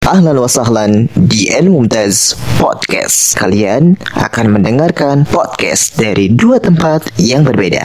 Ahlan wa sahlan di El Mumtaz Podcast. Kalian akan mendengarkan podcast dari dua tempat yang berbeda.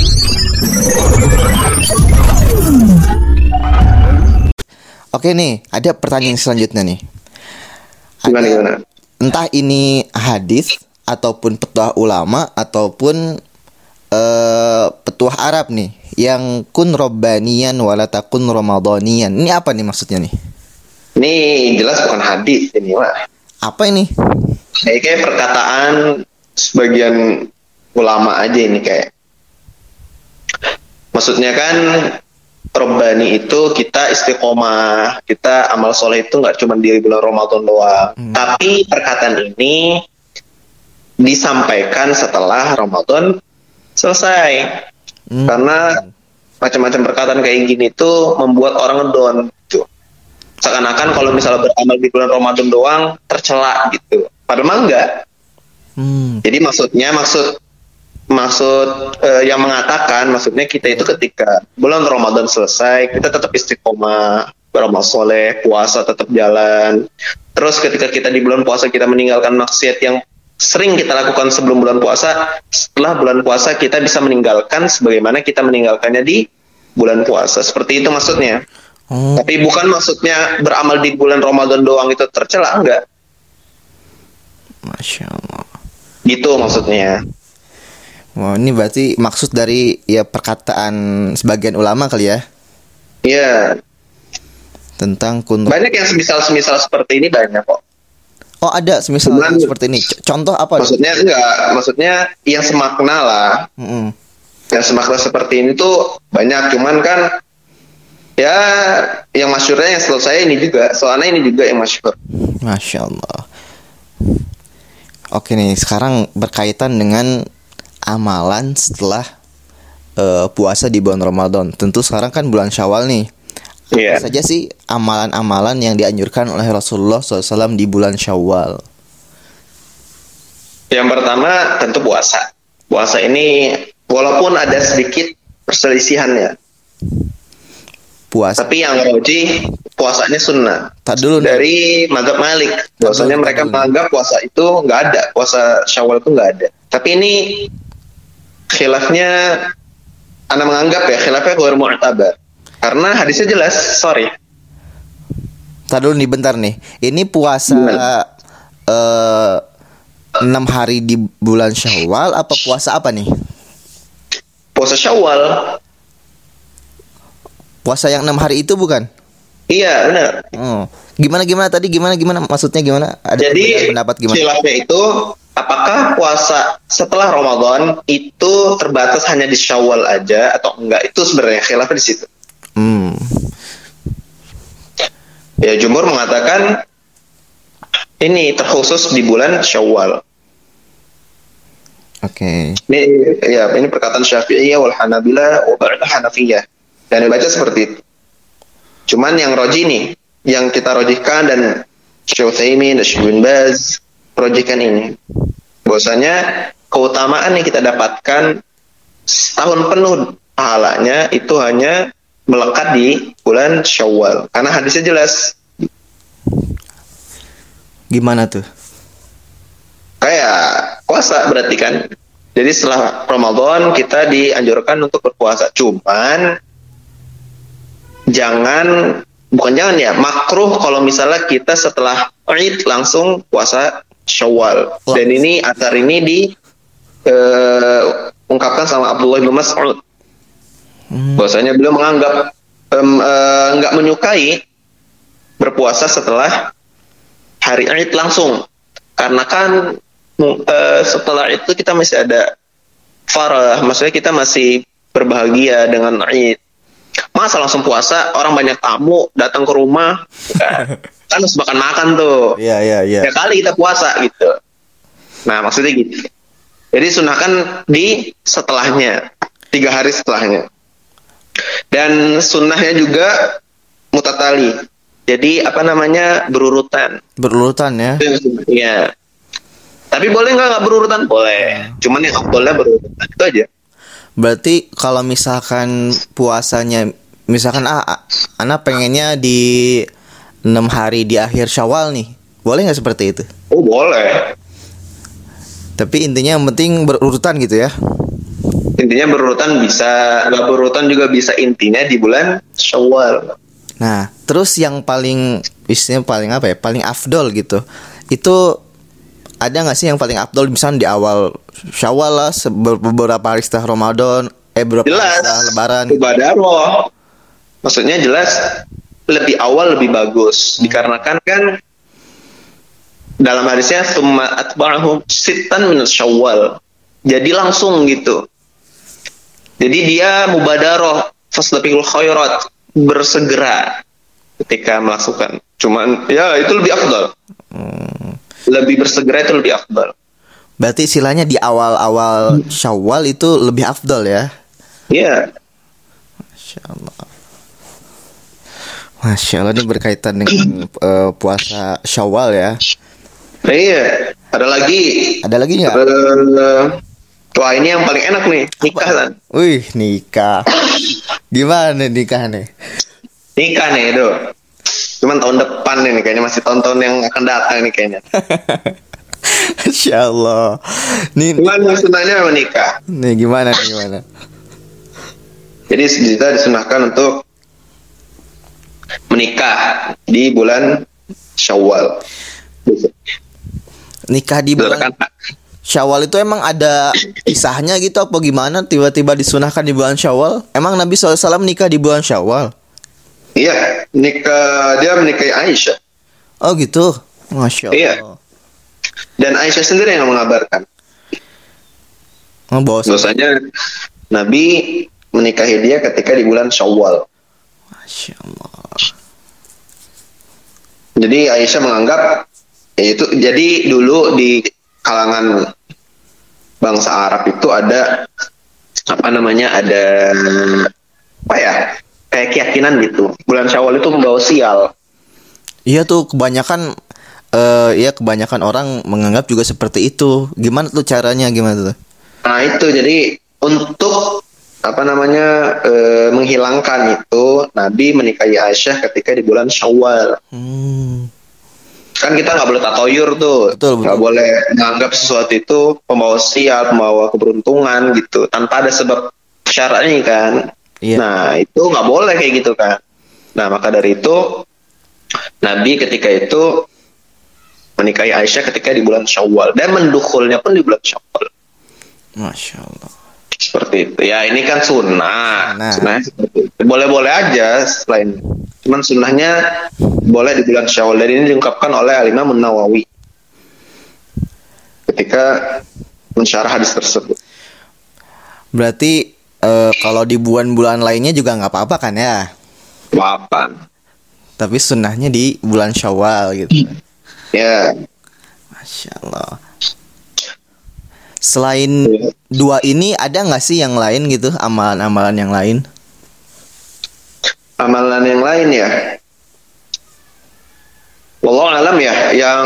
Oke nih, ada pertanyaan selanjutnya nih. Gimana? Entah ini hadis ataupun petuah ulama ataupun petuah Arab nih, yang kun robbaniyan wala takun ramadhaniyan. Ini apa nih maksudnya nih? Ini jelas bukan hadis ini, Pak. Apa ini? Kayak perkataan sebagian ulama aja ini kayak. Maksudnya kan Robbani itu kita istiqomah, kita amal soleh itu nggak cuma di bulan Ramadan doang. Tapi perkataan ini disampaikan setelah Ramadan selesai. Karena macam-macam perkataan kayak gini tuh membuat orang ngedon gitu. Seakan-akan kalau misalnya beramal di bulan Ramadan doang tercela gitu. Padahal mah enggak. Jadi maksud yang mengatakan maksudnya kita itu ketika bulan Ramadan selesai kita tetap istiqomah, beramal soleh, puasa tetap jalan. Terus ketika kita di bulan puasa kita meninggalkan maksiat yang sering kita lakukan sebelum bulan puasa, setelah bulan puasa kita bisa meninggalkan sebagaimana kita meninggalkannya di bulan puasa. Seperti itu maksudnya. Tapi bukan maksudnya beramal di bulan Ramadan doang itu tercela, enggak. Masya Allah. Gitu maksudnya. Wow, ini berarti maksud dari ya perkataan sebagian ulama kali ya? Iya. Tentang kun. Banyak yang semisal seperti ini banyak kok. Oh ada semisal seperti ini. Contoh apa? Maksudnya enggak, maksudnya yang semakna lah. Yang semakna seperti ini tuh banyak, cuman kan ya yang masyhurnya yang selesai ini juga, soalnya ini juga yang masyhur. Masya Allah. Oke nih, sekarang berkaitan dengan amalan setelah puasa di bulan Ramadan. Tentu sekarang kan bulan Syawal nih. Apa saja sih amalan-amalan yang dianjurkan oleh Rasulullah SAW di bulan Syawal? Yang pertama tentu puasa. Puasa ini walaupun ada sedikit perselisihannya. Puasa. Tapi yang rajih puasanya sunnah. Dari mazhab Malik. Bahwasanya mereka menganggap puasa itu nggak ada, puasa Syawal itu nggak ada. Tapi ini khilafnya, Anda menganggap ya khilafnya ghair mu'tabar. Karena hadisnya jelas, sorry. Dulu nih bentar nih. Ini puasa 6 hari di bulan Syawal apa puasa apa nih? Puasa Syawal. Puasa yang 6 hari itu bukan? Iya, benar. Gimana tadi? Gimana? Maksudnya gimana? Jadi pendapat gimana? Khilafnya itu apakah puasa setelah Ramadan itu terbatas hanya di Syawal aja atau enggak? Itu sebenarnya khilafnya di situ. Ya, jumhur mengatakan ini terkhusus di bulan Syawal. Oke. Ini perkataan Syafi'iyah wal Hanabilah wa ba'd Hanafiyah. Dan dibaca seperti itu. Cuman yang rajih nih, yang kita rajihkan dan Syekh Utsaimin dan Syekh bin Baz rajihkan ini. Bahwasanya keutamaan yang kita dapatkan setahun penuh pahalanya itu hanya melekat di bulan Syawal. Karena hadisnya jelas. Gimana tuh? Kayak puasa berarti kan. Jadi setelah Ramadan kita dianjurkan untuk berpuasa. Cuman makruh kalau misalnya kita setelah Id langsung puasa Syawal. Dan ini atar ini diungkapkan sama Abdullah bin Mas'ud. Bahwasanya beliau menganggap nggak menyukai berpuasa setelah hari Id langsung, karena kan setelah itu kita masih ada farah, maksudnya kita masih berbahagia dengan Id. Masa langsung puasa, orang banyak tamu datang ke rumah, kan harus makan tuh. Iya. Ya kali kita puasa gitu. Nah maksudnya gitu. Jadi sunahkan di setelahnya, 3 hari setelahnya. Dan sunnahnya juga mutatali. Jadi berurutan. Berurutan ya? Iya. Tapi boleh nggak berurutan? Boleh. Cuman yang boleh berurutan itu aja. Berarti kalau misalkan puasanya, misalkan anak pengennya di 6 hari di akhir Syawal nih. Boleh nggak seperti itu? Oh, boleh. Tapi intinya yang penting berurutan gitu ya. Intinya berurutan bisa, nggak berurutan juga bisa, intinya di bulan Syawal. Nah, terus yang paling istilahnya paling apa ya? Paling afdol gitu. Itu ada nggak sih yang paling afdol misalnya di awal Syawal lah, beberapa hari setelah Ramadan, beberapa hari setelah Lebaran gitu. Mubadarah. Maksudnya jelas lebih awal lebih bagus. Dikarenakan kan dalam hadisnya summa atba'ahum sittan min Syawal. Jadi langsung gitu. Jadi dia mubadarah, fastabiqul khairat, bersegera ketika melakukan. Cuman ya itu lebih afdal. Lebih bersegera itu lebih afdal. Berarti istilahnya di awal-awal Syawal itu lebih afdal ya? Iya. Masya Allah. Masya Allah, ini berkaitan dengan puasa Syawal ya. Iya. Ada lagi nggak? Wah, ini yang paling enak nih, nikah kan? Wih, nikah. Gimana nikah nih? Nikah nih, itu. Cuman tahun depan nih, kayaknya masih tahun-tahun yang akan datang nih kayaknya. Insya Allah. Nih, cuman sunahnya memang nikah. Nih gimana? Jadi kita disunahkan untuk menikah di bulan Syawal. Nikah di bulan Syawal itu emang ada kisahnya gitu apa gimana tiba-tiba disunahkan di bulan Syawal? Emang Nabi SAW nikah di bulan Syawal? Iya, dia menikahi Aisyah. Oh gitu, Masya Allah. Iya. Dan Aisyah sendiri yang mengabarkan. Bahwasanya Nabi menikahi dia ketika di bulan Syawal. Masya Allah. Jadi Aisyah menganggap itu, jadi dulu di kalangan bangsa Arab itu ada kayak keyakinan gitu. Bulan Syawal itu membawa sial. Iya tuh kebanyakan orang menganggap juga seperti itu. Gimana tuh caranya tuh? Nah itu jadi untuk menghilangkan itu, Nabi menikahi Aisyah ketika di bulan Syawal. Kan kita nggak boleh tatoyur tuh, nggak boleh menganggap sesuatu itu pembawa sial, pembawa keberuntungan gitu, tanpa ada sebab syar'i kan. Iya. Nah itu nggak boleh kayak gitu kan. Nah maka dari itu Nabi ketika itu menikahi Aisyah ketika di bulan Syawal dan mendukhulnya pun di bulan Syawal. Masya Allah. Seperti itu. Ya ini kan sunnah. Sunnahnya seperti itu. Boleh-boleh aja selain. Cuman sunnahnya boleh di bulan Syawal. Dan ini diungkapkan oleh Al-Imam Nawawi ketika mensyarah hadis tersebut. Berarti kalau di bulan-bulan lainnya juga nggak apa-apa kan ya? Apa? Tapi sunnahnya di bulan Syawal gitu. Ya. Masya Allah. Selain dua ini ada nggak sih yang lain gitu, amalan-amalan yang lain? Amalan yang lain ya, wallahu alam ya, yang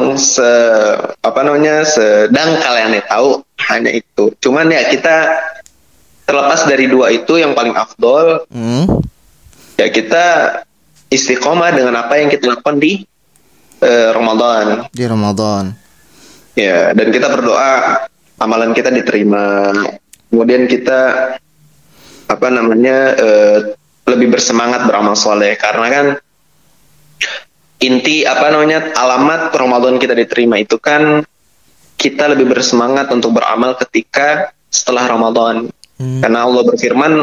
sedang kalian tahu hanya itu. Cuman ya kita terlepas dari dua itu yang paling afdol, ya kita istiqomah dengan apa yang kita lakukan di Ramadan. Di Ramadan. Ya, dan kita berdoa amalan kita diterima. Kemudian kita lebih bersemangat beramal soleh, karena kan inti alamat Ramadan kita diterima itu kan kita lebih bersemangat untuk beramal ketika setelah Ramadan. Karena Allah berfirman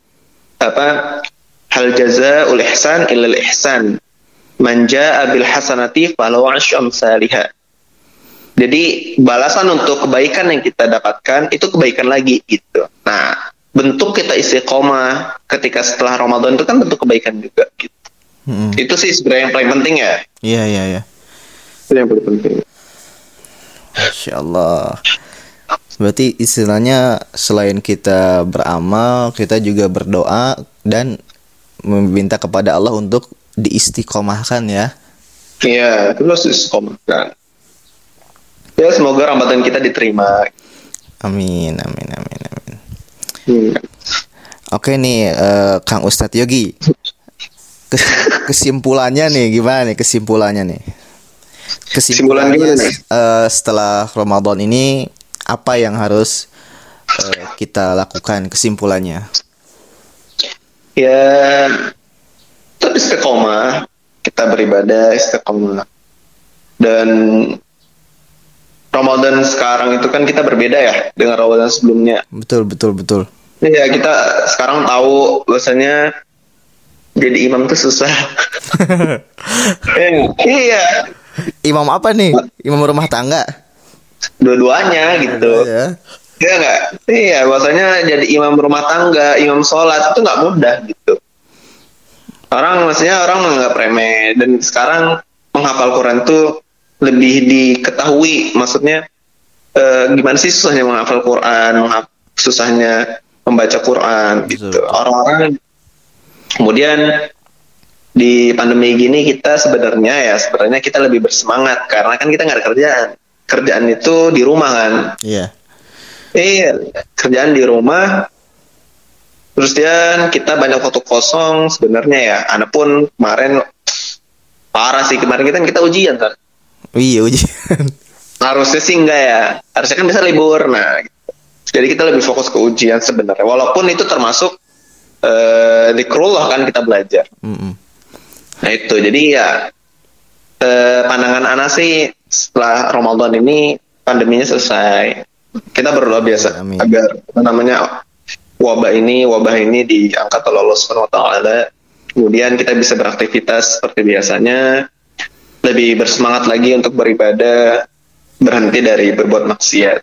hal jazaa'ul ihsan illal ihsan man jaa'a bil hasanati falahu 'asyru amsalihha. Jadi balasan untuk kebaikan yang kita dapatkan itu kebaikan lagi gitu. Nah, bentuk kita istiqomah ketika setelah Ramadan itu kan bentuk kebaikan juga gitu. Itu sih sebenarnya yang paling penting ya. Iya. Itu yang paling penting. Masya Allah. Berarti istilahnya selain kita beramal, kita juga berdoa dan meminta kepada Allah untuk diistiqomahkan ya. Iya, terus istiqomahkan. Ya semoga Ramadan kita diterima. Amin. Oke nih Kang Ustadz Yogi. kesimpulannya nih gimana nih kesimpulannya nih? Kesimpulan gimana nih? Setelah Ramadan ini apa yang harus kita lakukan kesimpulannya? Ya, tetap istiqomah, kita beribadah istiqomah. Dan Ramadan sekarang itu kan kita berbeda ya dengan Ramadan sebelumnya. Betul. Ya, kita sekarang tahu bahwasanya jadi imam tuh susah. Iya. Imam apa nih? Imam rumah tangga? Dua-duanya gitu. Ya. Iya nggak? Iya, bahwasanya jadi imam rumah tangga, imam sholat itu nggak mudah gitu. Maksudnya orang menganggap remeh. Dan sekarang menghafal Quran tuh lebih diketahui. Maksudnya gimana sih susahnya menghafal Quran, susahnya membaca Quran gitu. Orang-orang kemudian di pandemi gini kita sebenarnya kita lebih bersemangat karena kan kita nggak ada kerjaan itu di rumah kan. Iya Kerjaan di rumah terus kita banyak waktu kosong sebenarnya ya. Adapun kemarin parah sih, kemarin kita ujian kan. Iya ujian. Harusnya sih enggak ya, harusnya kan bisa libur. Nah gitu. Jadi kita lebih fokus ke ujian sebenarnya, walaupun itu termasuk zikrullah kan kita belajar. Nah itu jadi ya pandangan Ana sih setelah Ramadan ini pandeminya selesai, kita berdoa biasa agar wabah ini diangkat oleh Allah Subhanahu wa taala. Kemudian kita bisa beraktivitas seperti biasanya, lebih bersemangat lagi untuk beribadah, berhenti dari berbuat maksiat.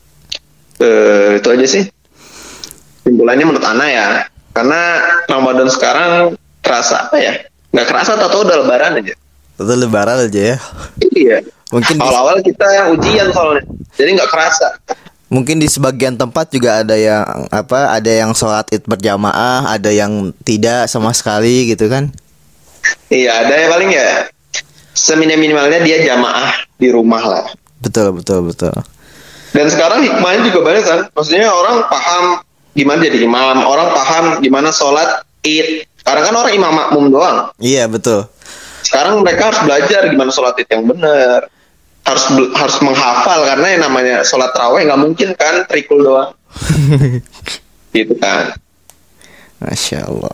Itu aja sih simpulannya menurut Ana ya. Karena Ramadan sekarang terasa apa ya? Nggak kerasa, atau udah lebaran aja. Udah lebaran aja ya. Iya. Mungkin awal-awal kita ujian soalnya, jadi nggak kerasa. Mungkin di sebagian tempat juga ada yang sholat id berjamaah, ada yang tidak sama sekali gitu kan? Iya, ada yang paling ya seminimalnya dia jamaah di rumah lah. Betul. Dan sekarang hikmahnya juga banyak kan. Maksudnya orang paham gimana jadi imam, orang paham gimana sholat id. Sekarang kan orang imam makmum doang. Iya betul. Sekarang mereka harus belajar gimana sholat id yang benar. Harus menghafal, karena yang namanya sholat tarawih nggak mungkin kan trikul doang. Gitu kan. Masya Allah.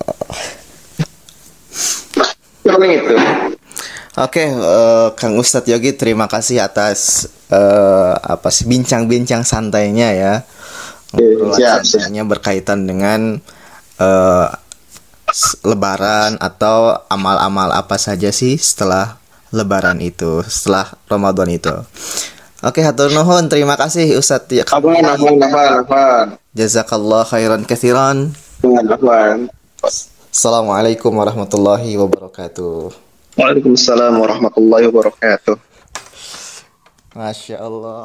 Paling itu. Oke, Kang Ustadz Yogi, terima kasih atas bincang-bincang santainya ya. Santainya berkaitan dengan Lebaran atau amal-amal apa saja sih setelah Lebaran itu, setelah Ramadan itu. Oke, hatur nuhun, terima kasih Ustadz. Jazakallah khairan katsiran. Assalamualaikum warahmatullahi wabarakatuh. Waalaikumsalam warahmatullahi wabarakatuh. Masya Allah.